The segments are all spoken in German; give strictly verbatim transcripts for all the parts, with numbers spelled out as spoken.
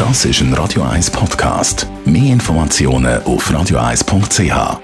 Das ist ein Radio eins Podcast. Mehr Informationen auf radio eins punkt c h.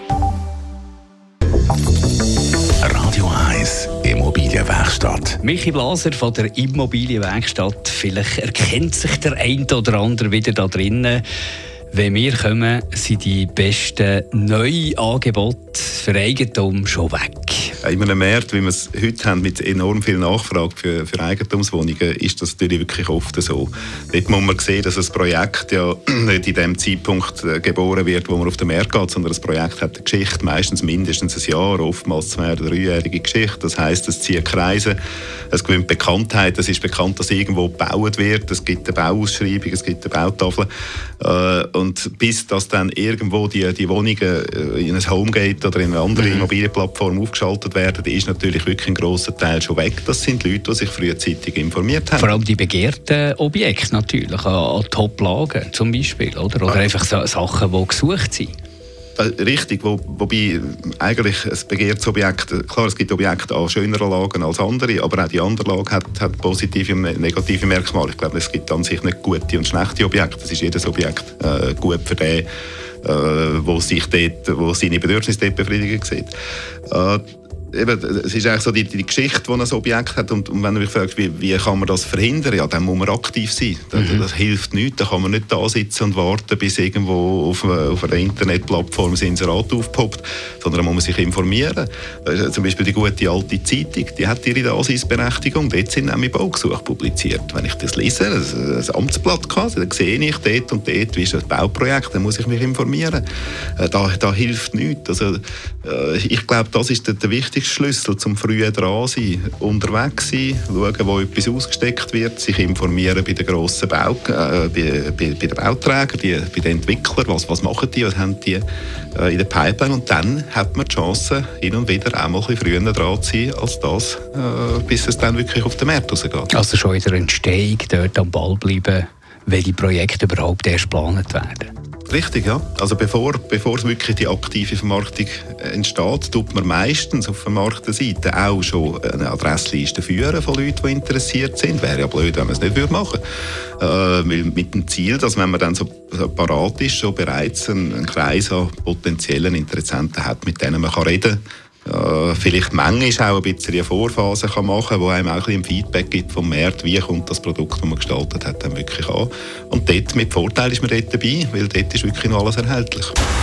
Radio eins Immobilienwerkstatt. Michi Blaser von der Immobilienwerkstatt. Vielleicht erkennt sich der eine oder andere wieder da drinnen. Wenn wir kommen, sind die besten neuen Angebote für Eigentum schon weg. In einem Markt, wie wir es heute haben, mit enorm viel Nachfrage für, für Eigentumswohnungen, ist das natürlich wirklich oft so. Dort muss man sehen, dass ein Projekt ja nicht in dem Zeitpunkt geboren wird, wo man auf den Markt geht, sondern das Projekt hat eine Geschichte, meistens mindestens ein Jahr, oftmals zwei- oder dreijährige Geschichte. Das heisst, es zieht Kreise, es gewinnt Bekanntheit, es ist bekannt, dass irgendwo gebaut wird, es gibt eine Bauausschreibung, es gibt eine Bautafel. Und bis das dann irgendwo die, die Wohnungen in ein Homegate oder in eine andere mhm. Immobilienplattform aufgeschaltet werden, ist natürlich wirklich ein grosser Teil schon weg. Das sind Leute, die sich frühzeitig informiert haben. Vor allem die begehrten Objekte natürlich, an, an Top-Lagen zum Beispiel, oder? Oder ah. einfach so Sachen, die gesucht sind. Richtig, wo, wobei eigentlich ein begehrtes Objekt, klar, es gibt Objekte an schöneren Lagen als andere, aber auch die andere Lage hat, hat positive und negative Merkmale. Ich glaube, es gibt an sich nicht gute und schlechte Objekte. Es ist jedes Objekt äh, gut für den, äh, wo sich dort, wo seine Bedürfnisse dort befriedigen sieht. Äh, Eben, es ist eigentlich so die, die Geschichte, die ein Objekt hat. Und, und wenn du mich fragst, wie, wie kann man das verhindern, ja, dann muss man aktiv sein. Das, mhm. das hilft nichts. Da kann man nicht da sitzen und warten, bis irgendwo auf, auf einer Internetplattform ein Inserat aufpoppt, sondern da muss man sich informieren. Zum Beispiel die gute alte Zeitung, die hat ihre Daseinsberechtigung. Dort sind nämlich Baugesuche publiziert. Wenn ich das lese, ein, ein Amtsblatt kann, dann sehe ich dort und dort, wie ist das Bauprojekt, dann muss ich mich informieren. Da, da hilft nichts. Also, ich glaube, das ist der, der wichtigste Schlüssel zum frühen dran sein, unterwegs sein, schauen, wo etwas ausgesteckt wird, sich informieren bei den grossen Bau, äh, bei, bei, bei den Bauträgern, bei, bei den Entwicklern, was, was machen die, was haben die äh, in der Pipeline, und dann hat man die Chance, hin und wieder auch mal ein bisschen früher dran zu sein, als das, äh, bis es dann wirklich auf den Markt rausgeht. Also schon in der Entstehung dort am Ball bleiben, welche Projekte überhaupt erst geplant werden. Richtig, ja. Also bevor, bevor wirklich die aktive Vermarktung entsteht, tut man meistens auf vermarkter Seite auch schon eine Adressliste führen von Leuten, die interessiert sind. Wäre ja blöd, wenn man es nicht machen würde. Äh, mit dem Ziel, dass wenn man dann so, so parat ist, schon bereits einen, einen Kreis an potenziellen Interessenten hat, mit denen man kann reden kann. Uh, vielleicht manchmal auch ein bisschen eine Vorphase kann machen kann, wo einem auch ein bisschen Feedback gibt vom Markt, wie kommt das Produkt, das man gestaltet hat, dann wirklich an. Und dort, mit Vorteil ist man dort dabei, weil dort ist wirklich noch alles erhältlich.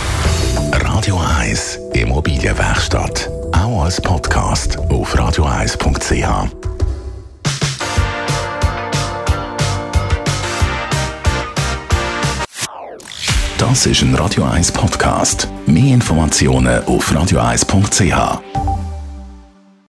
Radio eins Immobilienwerkstatt. Auch als Podcast auf radio eins punkt c h. Das ist ein Radio eins Podcast. Mehr Informationen auf radio eins punkt c h.